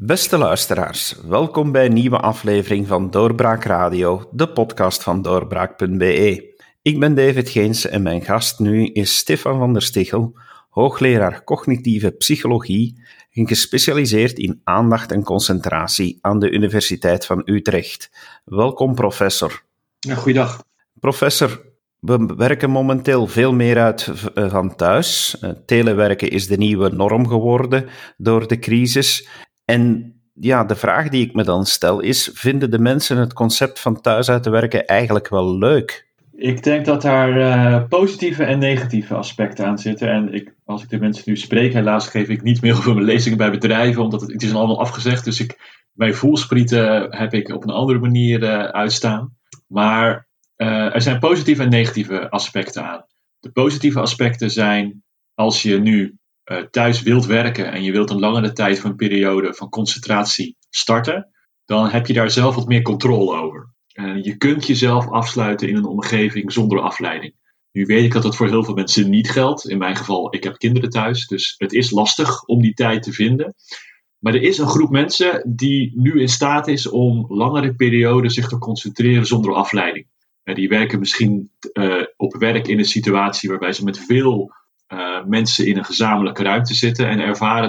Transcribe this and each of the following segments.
Beste luisteraars, welkom bij een nieuwe aflevering van Doorbraak Radio, de podcast van doorbraak.be. Ik ben David Geens en mijn gast nu is Stefan van der Stichel, hoogleraar cognitieve psychologie en gespecialiseerd in aandacht en concentratie aan de Universiteit van Utrecht. Welkom, professor. Ja, goeiedag. Professor, we werken momenteel veel meer uit van thuis. Telewerken is de nieuwe norm geworden door de crisis. En ja, de vraag die ik me dan stel is, vinden de mensen het concept van thuis uit te werken eigenlijk wel leuk? Ik denk dat daar positieve en negatieve aspecten aan zitten. En als ik de mensen nu spreek, helaas geef ik niet meer over mijn lezingen bij bedrijven, omdat het is allemaal afgezegd. Dus mijn voelsprieten heb ik op een andere manier uitstaan. Maar er zijn positieve en negatieve aspecten aan. De positieve aspecten zijn, als je nu thuis wilt werken en je wilt een langere tijd van een periode van concentratie starten, dan heb je daar zelf wat meer controle over. Je kunt jezelf afsluiten in een omgeving zonder afleiding. Nu weet ik dat dat voor heel veel mensen niet geldt. In mijn geval, ik heb kinderen thuis, dus het is lastig om die tijd te vinden. Maar er is een groep mensen die nu in staat is om langere perioden zich te concentreren zonder afleiding. Die werken misschien op werk in een situatie waarbij ze met veel mensen in een gezamenlijke ruimte zitten en ervaren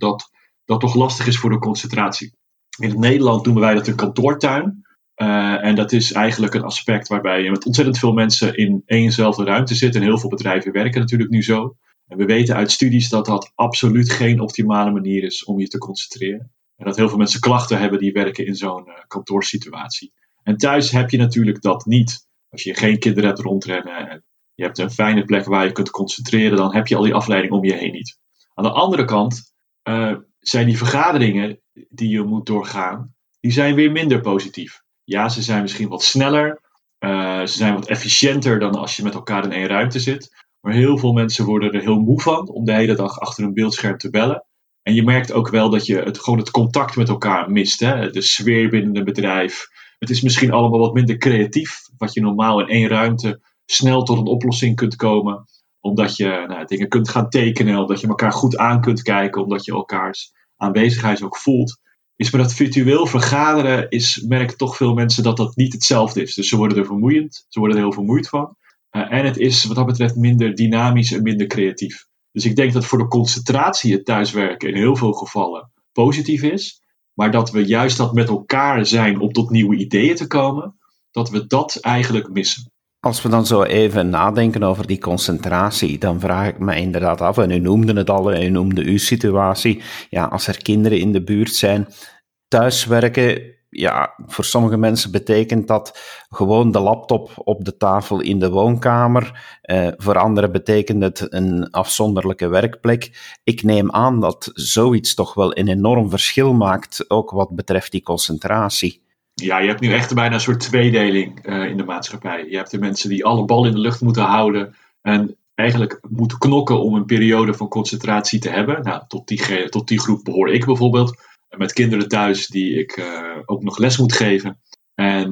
dat toch lastig is voor de concentratie. In het Nederland noemen wij dat een kantoortuin. En dat is eigenlijk een aspect waarbij je met ontzettend veel mensen in éénzelfde ruimte zit. En heel veel bedrijven werken natuurlijk nu zo. En we weten uit studies dat dat absoluut geen optimale manier is om je te concentreren. En dat heel veel mensen klachten hebben die werken in zo'n kantoorsituatie. En thuis heb je natuurlijk dat niet. Als je geen kinderen hebt rondrennen en je hebt een fijne plek waar je kunt concentreren, dan heb je al die afleiding om je heen niet. Aan de andere kant zijn die vergaderingen die je moet doorgaan, die zijn weer minder positief. Ja, ze zijn misschien wat sneller, ze zijn wat efficiënter dan als je met elkaar in één ruimte zit. Maar heel veel mensen worden er heel moe van om de hele dag achter een beeldscherm te bellen. En je merkt ook wel dat je gewoon het contact met elkaar mist. Hè? De sfeer binnen een bedrijf. Het is misschien allemaal wat minder creatief, wat je normaal in één ruimte snel tot een oplossing kunt komen. Omdat je dingen kunt gaan tekenen, omdat je elkaar goed aan kunt kijken, omdat je elkaars aanwezigheid ook voelt. Is met dat virtueel vergaderen merken toch veel mensen dat dat niet hetzelfde is. Dus ze worden er heel vermoeid van. En het is wat dat betreft minder dynamisch en minder creatief. Dus ik denk dat voor de concentratie het thuiswerken in heel veel gevallen positief is. Maar dat we juist dat met elkaar zijn om tot nieuwe ideeën te komen, dat we dat eigenlijk missen. Als we dan zo even nadenken over die concentratie, dan vraag ik me inderdaad af, en u noemde het al, en u noemde uw situatie, ja, als er kinderen in de buurt zijn, thuiswerken, ja, voor sommige mensen betekent dat gewoon de laptop op de tafel in de woonkamer, voor anderen betekent het een afzonderlijke werkplek. Ik neem aan dat zoiets toch wel een enorm verschil maakt, ook wat betreft die concentratie. Ja, je hebt nu echt bijna een soort tweedeling in de maatschappij. Je hebt de mensen die alle ballen in de lucht moeten houden en eigenlijk moeten knokken om een periode van concentratie te hebben. Nou, tot die groep behoor ik bijvoorbeeld. Met kinderen thuis die ik ook nog les moet geven. En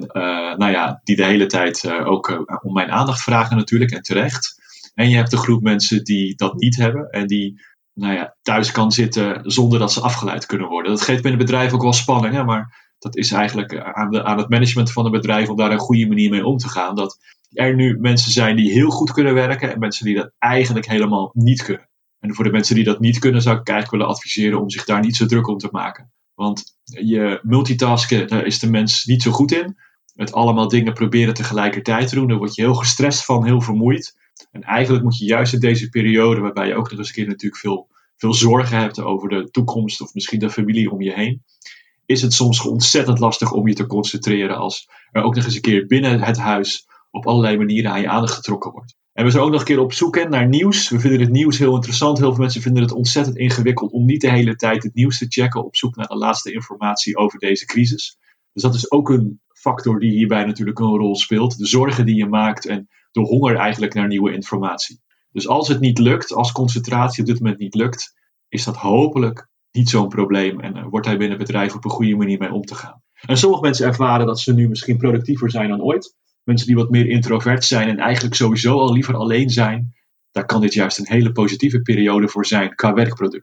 die de hele tijd ook om mijn aandacht vragen natuurlijk en terecht. En je hebt de groep mensen die dat niet hebben en die thuis kan zitten zonder dat ze afgeleid kunnen worden. Dat geeft binnen bedrijven ook wel spanning, hè, maar dat is eigenlijk aan het management van een bedrijf om daar een goede manier mee om te gaan. Dat er nu mensen zijn die heel goed kunnen werken en mensen die dat eigenlijk helemaal niet kunnen. En voor de mensen die dat niet kunnen zou ik eigenlijk willen adviseren om zich daar niet zo druk om te maken. Want je multitasken, daar is de mens niet zo goed in. Met allemaal dingen proberen tegelijkertijd te doen, daar word je heel gestrest van, heel vermoeid. En eigenlijk moet je juist in deze periode, waarbij je ook nog eens een keer natuurlijk veel zorgen hebt over de toekomst of misschien de familie om je heen, is het soms ontzettend lastig om je te concentreren als er ook nog eens een keer binnen het huis op allerlei manieren aan je aandacht getrokken wordt. En we zijn ook nog een keer op zoek naar nieuws. We vinden het nieuws heel interessant. Heel veel mensen vinden het ontzettend ingewikkeld om niet de hele tijd het nieuws te checken op zoek naar de laatste informatie over deze crisis. Dus dat is ook een factor die hierbij natuurlijk een rol speelt. De zorgen die je maakt en de honger eigenlijk naar nieuwe informatie. Dus als het niet lukt, als concentratie op dit moment niet lukt, is dat hopelijk niet zo'n probleem en wordt hij binnen het bedrijf op een goede manier mee om te gaan. En sommige mensen ervaren dat ze nu misschien productiever zijn dan ooit. Mensen die wat meer introvert zijn en eigenlijk sowieso al liever alleen zijn, daar kan dit juist een hele positieve periode voor zijn qua werkproductie.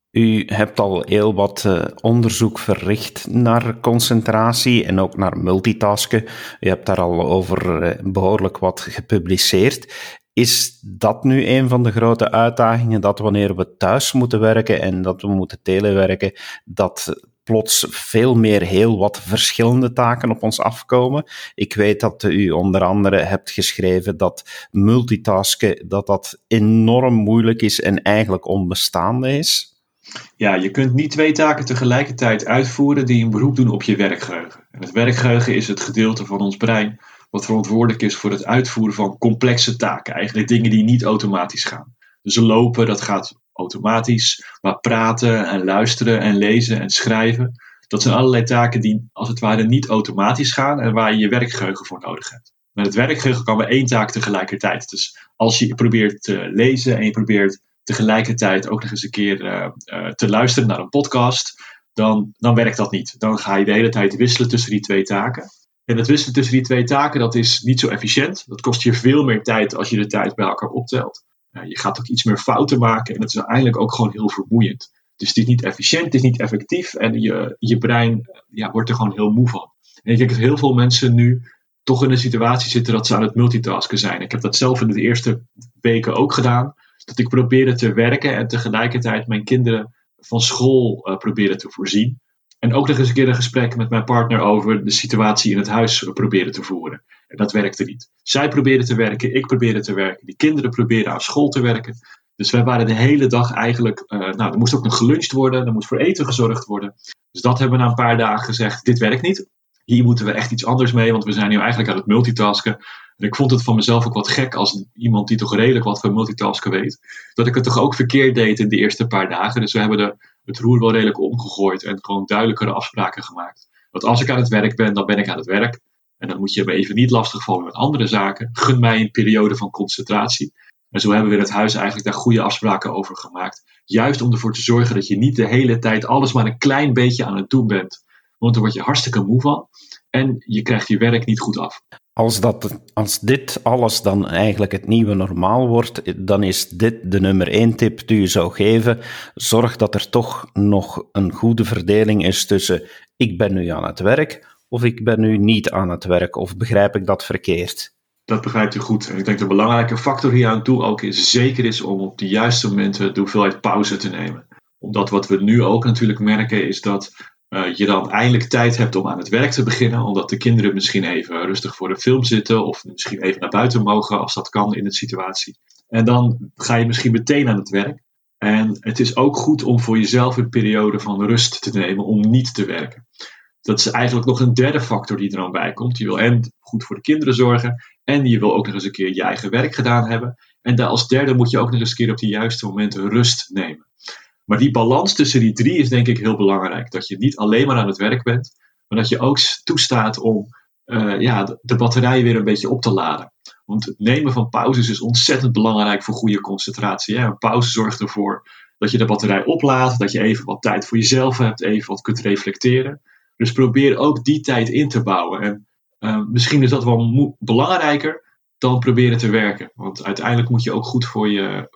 U hebt al heel wat onderzoek verricht naar concentratie en ook naar multitasken. U hebt daar al over behoorlijk wat gepubliceerd. Is dat nu een van de grote uitdagingen, dat wanneer we thuis moeten werken en dat we moeten telewerken, dat plots veel meer heel wat verschillende taken op ons afkomen? Ik weet dat u onder andere hebt geschreven dat multitasken, dat enorm moeilijk is en eigenlijk onbestaande is. Ja, je kunt niet 2 taken tegelijkertijd uitvoeren die een beroep doen op je werkgeheugen. En het werkgeheugen is het gedeelte van ons brein wat verantwoordelijk is voor het uitvoeren van complexe taken. Eigenlijk dingen die niet automatisch gaan. Dus lopen, dat gaat automatisch. Maar praten en luisteren en lezen en schrijven, dat zijn allerlei taken die als het ware niet automatisch gaan en waar je je werkgeheugen voor nodig hebt. Met het werkgeheugen kan maar 1 taak tegelijkertijd. Dus als je probeert te lezen en je probeert tegelijkertijd ook nog eens een keer te luisteren naar een podcast, dan werkt dat niet. Dan ga je de hele tijd wisselen tussen die 2 taken. En het wisselen tussen die 2 taken, dat is niet zo efficiënt. Dat kost je veel meer tijd als je de tijd bij elkaar optelt. Je gaat ook iets meer fouten maken en dat is uiteindelijk ook gewoon heel vermoeiend. Dus het is niet efficiënt, het is niet effectief en je brein wordt er gewoon heel moe van. En ik denk dat heel veel mensen nu toch in een situatie zitten dat ze aan het multitasken zijn. Ik heb dat zelf in de eerste weken ook gedaan. Dat ik probeerde te werken en tegelijkertijd mijn kinderen van school probeerde te voorzien. En ook nog eens een keer een gesprek met mijn partner over de situatie in het huis proberen te voeren. En dat werkte niet. Zij probeerde te werken, ik probeerde te werken. Die kinderen probeerden aan school te werken. Dus wij waren de hele dag eigenlijk, er moest ook nog geluncht worden, er moest voor eten gezorgd worden. Dus dat hebben we na een paar dagen gezegd, dit werkt niet. Hier moeten we echt iets anders mee, want we zijn nu eigenlijk aan het multitasken. En ik vond het van mezelf ook wat gek als iemand die toch redelijk wat van multitasken weet, dat ik het toch ook verkeerd deed in de eerste paar dagen. Dus we hebben het roer wel redelijk omgegooid en gewoon duidelijkere afspraken gemaakt. Want als ik aan het werk ben, dan ben ik aan het werk. En dan moet je me even niet lastigvallen met andere zaken. Gun mij een periode van concentratie. En zo hebben we in het huis eigenlijk daar goede afspraken over gemaakt. Juist om ervoor te zorgen dat je niet de hele tijd alles maar een klein beetje aan het doen bent. Want daar word je hartstikke moe van. En je krijgt je werk niet goed af. Als dit alles dan eigenlijk het nieuwe normaal wordt, dan is dit de nummer 1 tip die je zou geven. Zorg dat er toch nog een goede verdeling is tussen ik ben nu aan het werk of ik ben nu niet aan het werk. Of begrijp ik dat verkeerd? Dat begrijpt u goed. En ik denk dat een belangrijke factor hier aan toe ook zeker is om op de juiste momenten de hoeveelheid pauze te nemen. Omdat wat we nu ook natuurlijk merken is dat je dan eindelijk tijd hebt om aan het werk te beginnen. Omdat de kinderen misschien even rustig voor een film zitten. Of misschien even naar buiten mogen als dat kan in de situatie. En dan ga je misschien meteen aan het werk. En het is ook goed om voor jezelf een periode van rust te nemen om niet te werken. Dat is eigenlijk nog een derde factor die er dan bij komt. Je wil en goed voor de kinderen zorgen. En je wil ook nog eens een keer je eigen werk gedaan hebben. En als derde moet je ook nog eens een keer op de juiste momenten rust nemen. Maar die balans tussen die 3 is denk ik heel belangrijk. Dat je niet alleen maar aan het werk bent, maar dat je ook toestaat om de batterij weer een beetje op te laden. Want het nemen van pauzes is ontzettend belangrijk voor goede concentratie. Een pauze zorgt ervoor dat je de batterij oplaadt, dat je even wat tijd voor jezelf hebt, even wat kunt reflecteren. Dus probeer ook die tijd in te bouwen. En misschien is dat wel belangrijker dan proberen te werken. Want uiteindelijk moet je ook goed voor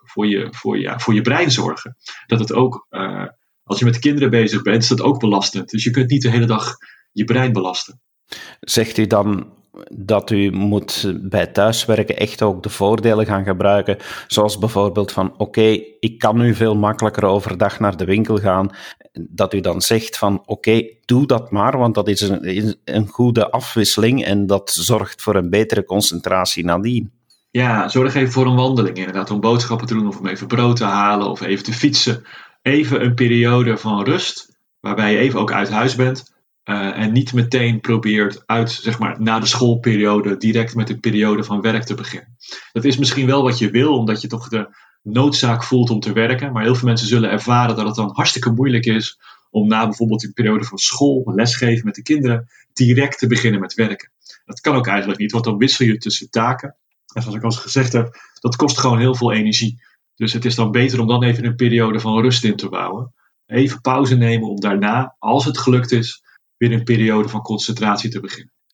je brein zorgen. Dat het ook, als je met kinderen bezig bent, is dat ook belastend. Dus je kunt niet de hele dag je brein belasten. Zegt u dan dat u moet bij thuiswerken echt ook de voordelen gaan gebruiken, zoals bijvoorbeeld van oké, ik kan nu veel makkelijker overdag naar de winkel gaan, dat u dan zegt van oké, doe dat maar, want dat is een goede afwisseling en dat zorgt voor een betere concentratie nadien. Ja, zorg even voor een wandeling inderdaad, om boodschappen te doen of om even brood te halen of even te fietsen. Even een periode van rust, waarbij je even ook uit huis bent. En niet meteen probeert na de schoolperiode direct met een periode van werk te beginnen. Dat is misschien wel wat je wil, omdat je toch de noodzaak voelt om te werken. Maar heel veel mensen zullen ervaren dat het dan hartstikke moeilijk is om na bijvoorbeeld een periode van school, lesgeven met de kinderen, direct te beginnen met werken. Dat kan ook eigenlijk niet, want dan wissel je tussen taken. En zoals ik al gezegd heb, dat kost gewoon heel veel energie. Dus het is dan beter om dan even een periode van rust in te bouwen. Even pauze nemen om daarna, als het gelukt is, weer een periode van concentratie te beginnen.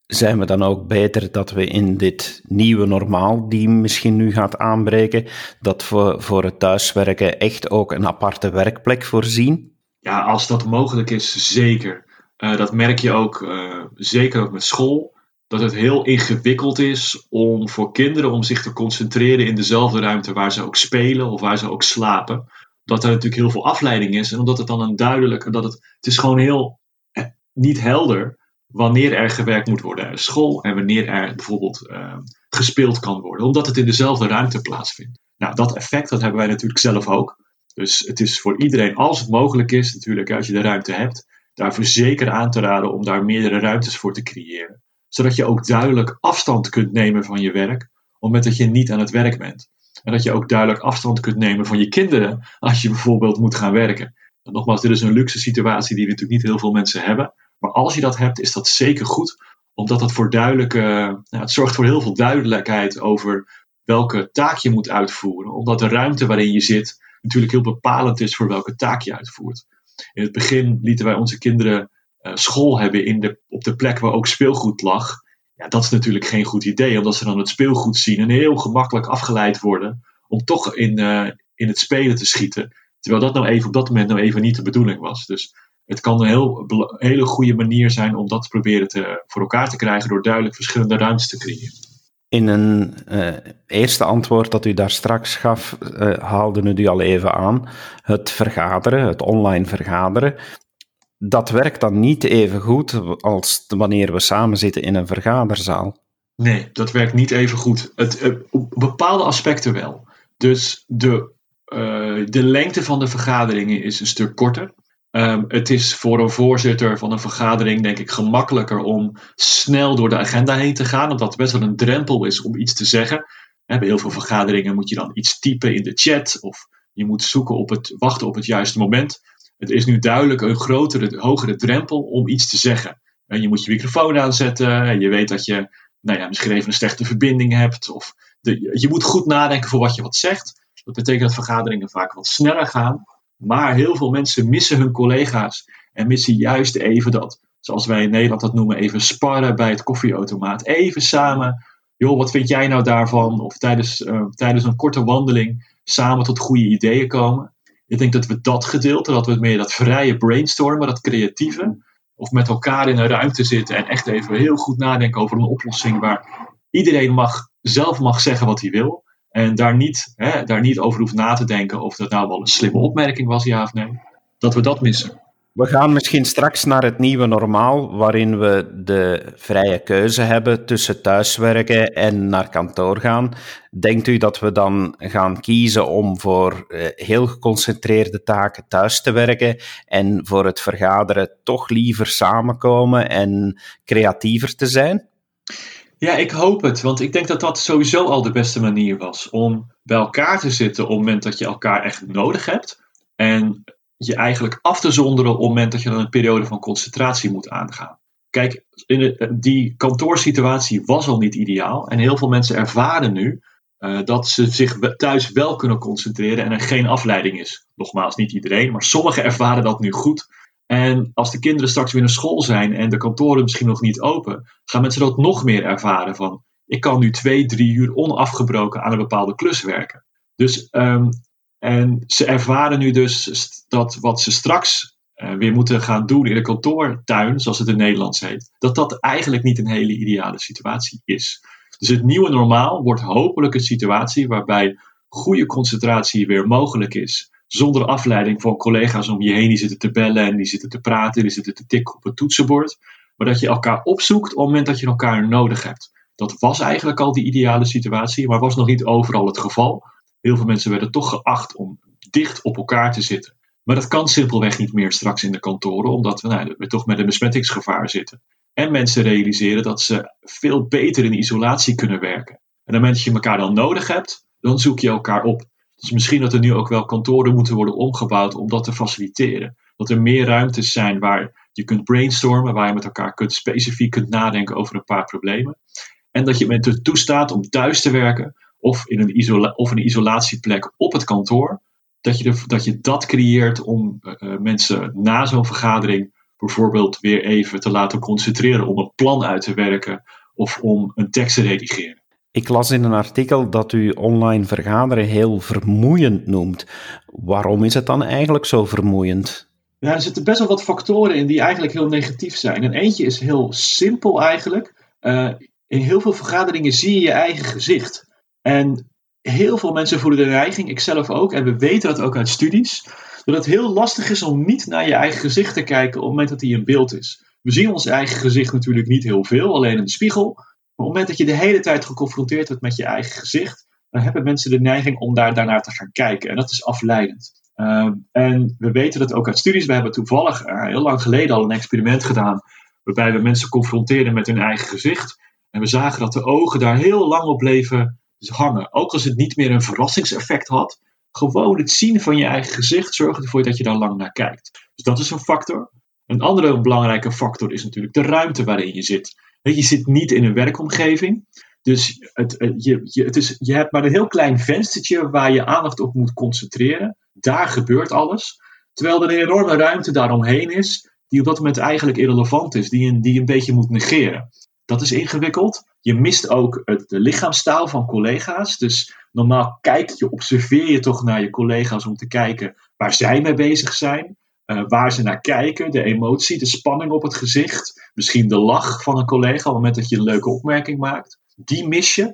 Zijn we dan ook beter dat we in dit nieuwe normaal, die misschien nu gaat aanbreken, dat we voor het thuiswerken echt ook een aparte werkplek voorzien? Ja, als dat mogelijk is, zeker. Dat merk je ook, zeker ook met school, dat het heel ingewikkeld is om voor kinderen om zich te concentreren in dezelfde ruimte waar ze ook spelen of waar ze ook slapen. Dat er natuurlijk heel veel afleiding is en omdat het dan het is gewoon heel niet helder wanneer er gewerkt moet worden aan school en wanneer er bijvoorbeeld gespeeld kan worden, omdat het in dezelfde ruimte plaatsvindt. Nou, dat effect dat hebben wij natuurlijk zelf ook. Dus het is voor iedereen, als het mogelijk is, natuurlijk, als je de ruimte hebt, daarvoor zeker aan te raden om daar meerdere ruimtes voor te creëren. Zodat je ook duidelijk afstand kunt nemen van je werk, op het moment dat je niet aan het werk bent. En dat je ook duidelijk afstand kunt nemen van je kinderen als je bijvoorbeeld moet gaan werken. En nogmaals, dit is een luxe situatie die natuurlijk niet heel veel mensen hebben. Maar als je dat hebt, is dat zeker goed, omdat het het zorgt voor heel veel duidelijkheid over welke taak je moet uitvoeren. Omdat de ruimte waarin je zit natuurlijk heel bepalend is voor welke taak je uitvoert. In het begin lieten wij onze kinderen school hebben op de plek waar ook speelgoed lag. Ja, dat is natuurlijk geen goed idee, omdat ze dan het speelgoed zien en heel gemakkelijk afgeleid worden om toch in het spelen te schieten. Terwijl dat nou even op dat moment nou even niet de bedoeling was. Dus het kan een hele goede manier zijn om dat te proberen voor elkaar te krijgen door duidelijk verschillende ruimtes te creëren. In een eerste antwoord dat u daar straks gaf, haalde u al even aan. Het vergaderen, het online vergaderen, dat werkt dan niet even goed als wanneer we samen zitten in een vergaderzaal. Nee, dat werkt niet even goed. Op bepaalde aspecten wel. Dus de lengte van de vergaderingen is een stuk korter. Het is voor een voorzitter van een vergadering, denk ik, gemakkelijker om snel door de agenda heen te gaan, omdat het best wel een drempel is om iets te zeggen. Bij heel veel vergaderingen moet je dan iets typen in de chat of je moet wachten op het juiste moment. Het is nu duidelijk een hogere drempel om iets te zeggen. Je moet je microfoon aanzetten en je weet dat je misschien even een slechte verbinding hebt. Of je moet goed nadenken voor wat je wat zegt. Dat betekent dat vergaderingen vaak wat sneller gaan. Maar heel veel mensen missen hun collega's en missen juist even dat, zoals wij in Nederland dat noemen, even sparren bij het koffieautomaat. Even samen, joh, wat vind jij nou daarvan? Of tijdens een korte wandeling samen tot goede ideeën komen. Ik denk dat we dat gedeelte, dat we meer dat vrije brainstormen, dat creatieve, of met elkaar in een ruimte zitten en echt even heel goed nadenken over een oplossing waar iedereen zelf mag zeggen wat hij wil. En daar niet over hoeft na te denken of dat nou wel een slimme opmerking was, ja of nee. Dat we dat missen. We gaan misschien straks naar het nieuwe normaal, waarin we de vrije keuze hebben tussen thuiswerken en naar kantoor gaan. Denkt u dat we dan gaan kiezen om voor heel geconcentreerde taken thuis te werken en voor het vergaderen toch liever samenkomen en creatiever te zijn? Ja, ik hoop het, want ik denk dat dat sowieso al de beste manier was om bij elkaar te zitten op het moment dat je elkaar echt nodig hebt. En je eigenlijk af te zonderen op het moment dat je dan een periode van concentratie moet aangaan. Kijk, die kantoorsituatie was al niet ideaal. En heel veel mensen ervaren nu dat ze zich thuis wel kunnen concentreren en er geen afleiding is. Nogmaals, niet iedereen, maar sommigen ervaren dat nu goed. En als de kinderen straks weer naar school zijn en de kantoren misschien nog niet open, gaan mensen dat nog meer ervaren van, ik kan nu 2-3 uur onafgebroken aan een bepaalde klus werken. Dus en ze ervaren nu dus dat wat ze straks weer moeten gaan doen in de kantoortuin, zoals het in Nederlands heet, dat eigenlijk niet een hele ideale situatie is. Dus het nieuwe normaal wordt hopelijk een situatie waarbij goede concentratie weer mogelijk is, zonder afleiding van collega's om je heen die zitten te bellen en die zitten te praten, die zitten te tikken op het toetsenbord. Maar dat je elkaar opzoekt op het moment dat je elkaar nodig hebt. Dat was eigenlijk al die ideale situatie, maar was nog niet overal het geval. Heel veel mensen werden toch geacht om dicht op elkaar te zitten. Maar dat kan simpelweg niet meer straks in de kantoren, omdat we toch met een besmettingsgevaar zitten. En mensen realiseren dat ze veel beter in isolatie kunnen werken. En op het moment dat je elkaar dan nodig hebt, dan zoek je elkaar op. Dus misschien dat er nu ook wel kantoren moeten worden omgebouwd om dat te faciliteren. Dat er meer ruimtes zijn waar je kunt brainstormen, waar je met elkaar specifiek kunt nadenken over een paar problemen. En dat je mensen toestaat om thuis te werken of in een isolatieplek op het kantoor. Dat je dat creëert om mensen na zo'n vergadering bijvoorbeeld weer even te laten concentreren om een plan uit te werken of om een tekst te redigeren. Ik las in een artikel dat u online vergaderen heel vermoeiend noemt. Waarom is het dan eigenlijk zo vermoeiend? Ja, er zitten best wel wat factoren in die eigenlijk heel negatief zijn. En eentje is heel simpel eigenlijk. In heel veel vergaderingen zie je je eigen gezicht. En heel veel mensen voelen de neiging, ik zelf ook, en we weten dat ook uit studies, dat het heel lastig is om niet naar je eigen gezicht te kijken op het moment dat hij in beeld is. We zien ons eigen gezicht natuurlijk niet heel veel, alleen in de spiegel. Maar op het moment dat je de hele tijd geconfronteerd wordt met je eigen gezicht, dan hebben mensen de neiging om daarnaar te gaan kijken. En dat is afleidend. En we weten dat ook uit studies. We hebben toevallig heel lang geleden al een experiment gedaan, waarbij we mensen confronteerden met hun eigen gezicht. En we zagen dat de ogen daar heel lang op bleven hangen. Ook als het niet meer een verrassingseffect had. Gewoon het zien van je eigen gezicht zorgt ervoor dat je daar lang naar kijkt. Dus dat is een factor. Een andere belangrijke factor is natuurlijk de ruimte waarin je zit. Je zit niet in een werkomgeving. Dus je hebt maar een heel klein venstertje waar je aandacht op moet concentreren. Daar gebeurt alles. Terwijl er een enorme ruimte daaromheen is, die op dat moment eigenlijk irrelevant is, die je een beetje moet negeren. Dat is ingewikkeld. Je mist ook de lichaamstaal van collega's. Dus normaal observeer je toch naar je collega's om te kijken waar zij mee bezig zijn. Waar ze naar kijken, de emotie, de spanning op het gezicht. Misschien de lach van een collega op het moment dat je een leuke opmerking maakt. Die mis je.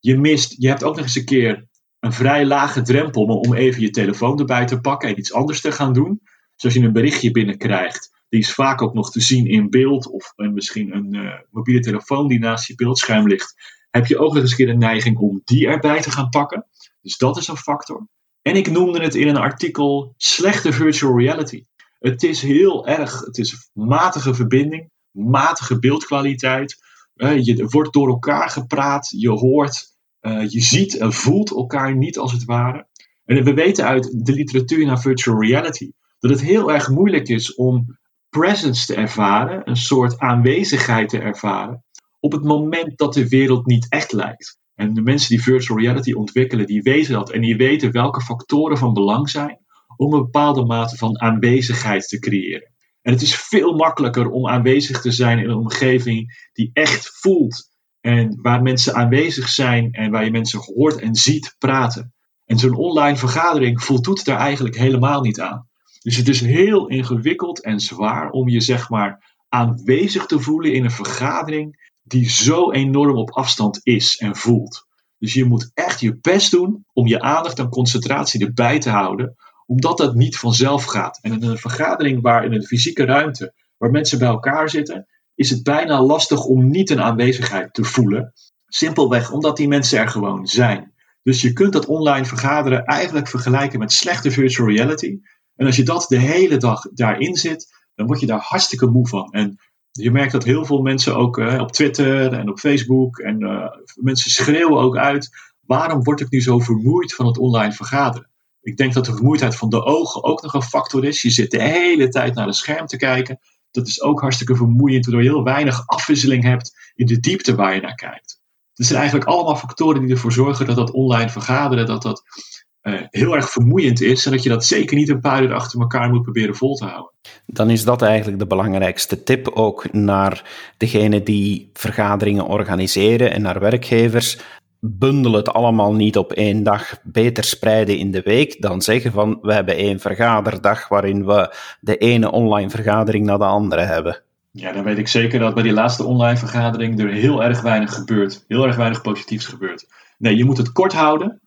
Je hebt ook nog eens een keer een vrij lage drempel om even je telefoon erbij te pakken en iets anders te gaan doen. Dus als je een berichtje binnenkrijgt, die is vaak ook nog te zien in beeld of misschien een mobiele telefoon die naast je beeldscherm ligt, heb je ook nog eens een keer de neiging om die erbij te gaan pakken. Dus dat is een factor. En ik noemde het in een artikel slechte virtual reality. Het is heel erg, het is matige verbinding, matige beeldkwaliteit. Je wordt door elkaar gepraat, je hoort, je ziet en voelt elkaar niet als het ware. En we weten uit de literatuur naar virtual reality dat het heel erg moeilijk is om presence te ervaren, een soort aanwezigheid te ervaren, op het moment dat de wereld niet echt lijkt. En de mensen die virtual reality ontwikkelen, die weten dat en die weten welke factoren van belang zijn om een bepaalde mate van aanwezigheid te creëren. En het is veel makkelijker om aanwezig te zijn in een omgeving die echt voelt en waar mensen aanwezig zijn en waar je mensen hoort en ziet praten. En zo'n online vergadering voldoet daar eigenlijk helemaal niet aan. Dus het is heel ingewikkeld en zwaar om je zeg maar aanwezig te voelen in een vergadering die zo enorm op afstand is en voelt. Dus je moet echt je best doen om je aandacht en concentratie erbij te houden, omdat dat niet vanzelf gaat. En in een vergadering in een fysieke ruimte, waar mensen bij elkaar zitten, is het bijna lastig om niet een aanwezigheid te voelen. Simpelweg omdat die mensen er gewoon zijn. Dus je kunt dat online vergaderen eigenlijk vergelijken met slechte virtual reality. En als je dat de hele dag daarin zit, dan word je daar hartstikke moe van. En je merkt dat heel veel mensen ook op Twitter en op Facebook en mensen schreeuwen ook uit, waarom word ik nu zo vermoeid van het online vergaderen? Ik denk dat de vermoeidheid van de ogen ook nog een factor is. Je zit de hele tijd naar het scherm te kijken. Dat is ook hartstikke vermoeiend, waardoor je heel weinig afwisseling hebt in de diepte waar je naar kijkt. Het zijn eigenlijk allemaal factoren die ervoor zorgen dat online vergaderen, dat heel erg vermoeiend is en dat je dat zeker niet een paar uur achter elkaar moet proberen vol te houden. Dan is dat eigenlijk de belangrijkste tip ook naar degenen die vergaderingen organiseren en naar werkgevers. Bundel het allemaal niet op één dag, beter spreiden in de week dan zeggen van we hebben één vergaderdag waarin we de ene online vergadering naar de andere hebben. Ja, dan weet ik zeker dat bij die laatste online vergadering er heel erg weinig gebeurt. Heel erg weinig positiefs gebeurt. Nee, je moet het kort houden.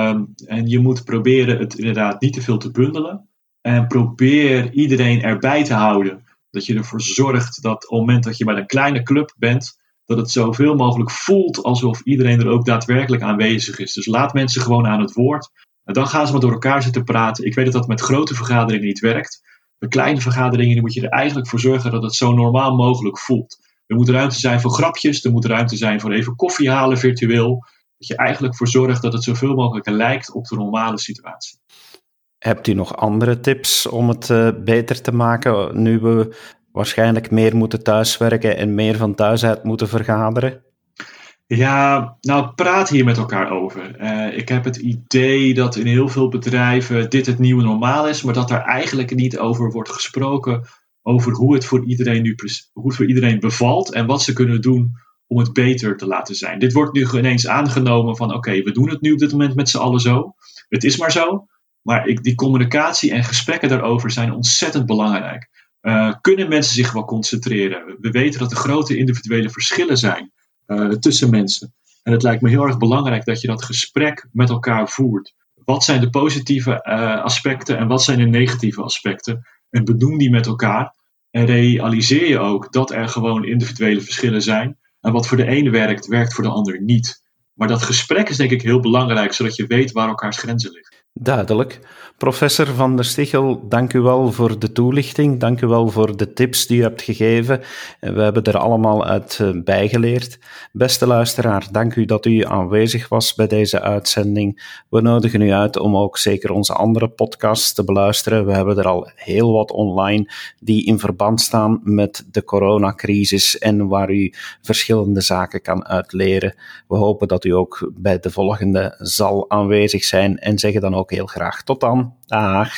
En je moet proberen het inderdaad niet te veel te bundelen. En probeer iedereen erbij te houden. Dat je ervoor zorgt dat op het moment dat je bij een kleine club bent, dat het zoveel mogelijk voelt alsof iedereen er ook daadwerkelijk aanwezig is. Dus laat mensen gewoon aan het woord. En dan gaan ze maar door elkaar zitten praten. Ik weet dat dat met grote vergaderingen niet werkt. Bij kleine vergaderingen moet je er eigenlijk voor zorgen dat het zo normaal mogelijk voelt. Er moet ruimte zijn voor grapjes. Er moet ruimte zijn voor even koffie halen virtueel. Dat je eigenlijk voor zorgt dat het zoveel mogelijk lijkt op de normale situatie. Hebt u nog andere tips om het beter te maken, nu we waarschijnlijk meer moeten thuiswerken en meer van thuis uit moeten vergaderen? Ja, nou praat hier met elkaar over. Ik heb het idee dat in heel veel bedrijven dit het nieuwe normaal is, maar dat daar eigenlijk niet over wordt gesproken over hoe het voor iedereen bevalt en wat ze kunnen doen om het beter te laten zijn. Dit wordt nu ineens aangenomen van oké, we doen het nu op dit moment met z'n allen zo. Het is maar zo. Maar die communicatie en gesprekken daarover zijn ontzettend belangrijk. Kunnen mensen zich wel concentreren? We weten dat er grote individuele verschillen zijn tussen mensen. En het lijkt me heel erg belangrijk dat je dat gesprek met elkaar voert. Wat zijn de positieve aspecten en wat zijn de negatieve aspecten? En benoem die met elkaar. En realiseer je ook dat er gewoon individuele verschillen zijn. En wat voor de ene werkt, werkt voor de ander niet. Maar dat gesprek is denk ik heel belangrijk, zodat je weet waar elkaars grenzen liggen. Duidelijk. Professor Van der Stichel, dank u wel voor de toelichting. Dank u wel voor de tips die u hebt gegeven. We hebben er allemaal uit bijgeleerd. Beste luisteraar, dank u dat u aanwezig was bij deze uitzending. We nodigen u uit om ook zeker onze andere podcasts te beluisteren. We hebben er al heel wat online die in verband staan met de coronacrisis en waar u verschillende zaken kan uitleren. We hopen dat u ook bij de volgende zal aanwezig zijn en zeggen dan ook heel graag tot dan. Dag.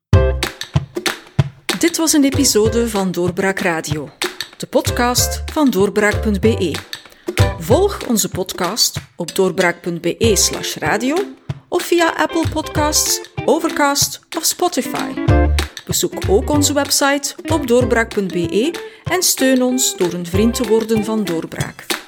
Dit was een episode van Doorbraak Radio, de podcast van doorbraak.be. Volg onze podcast op doorbraak.be/radio of via Apple Podcasts, Overcast of Spotify. Bezoek ook onze website op doorbraak.be en steun ons door een vriend te worden van Doorbraak.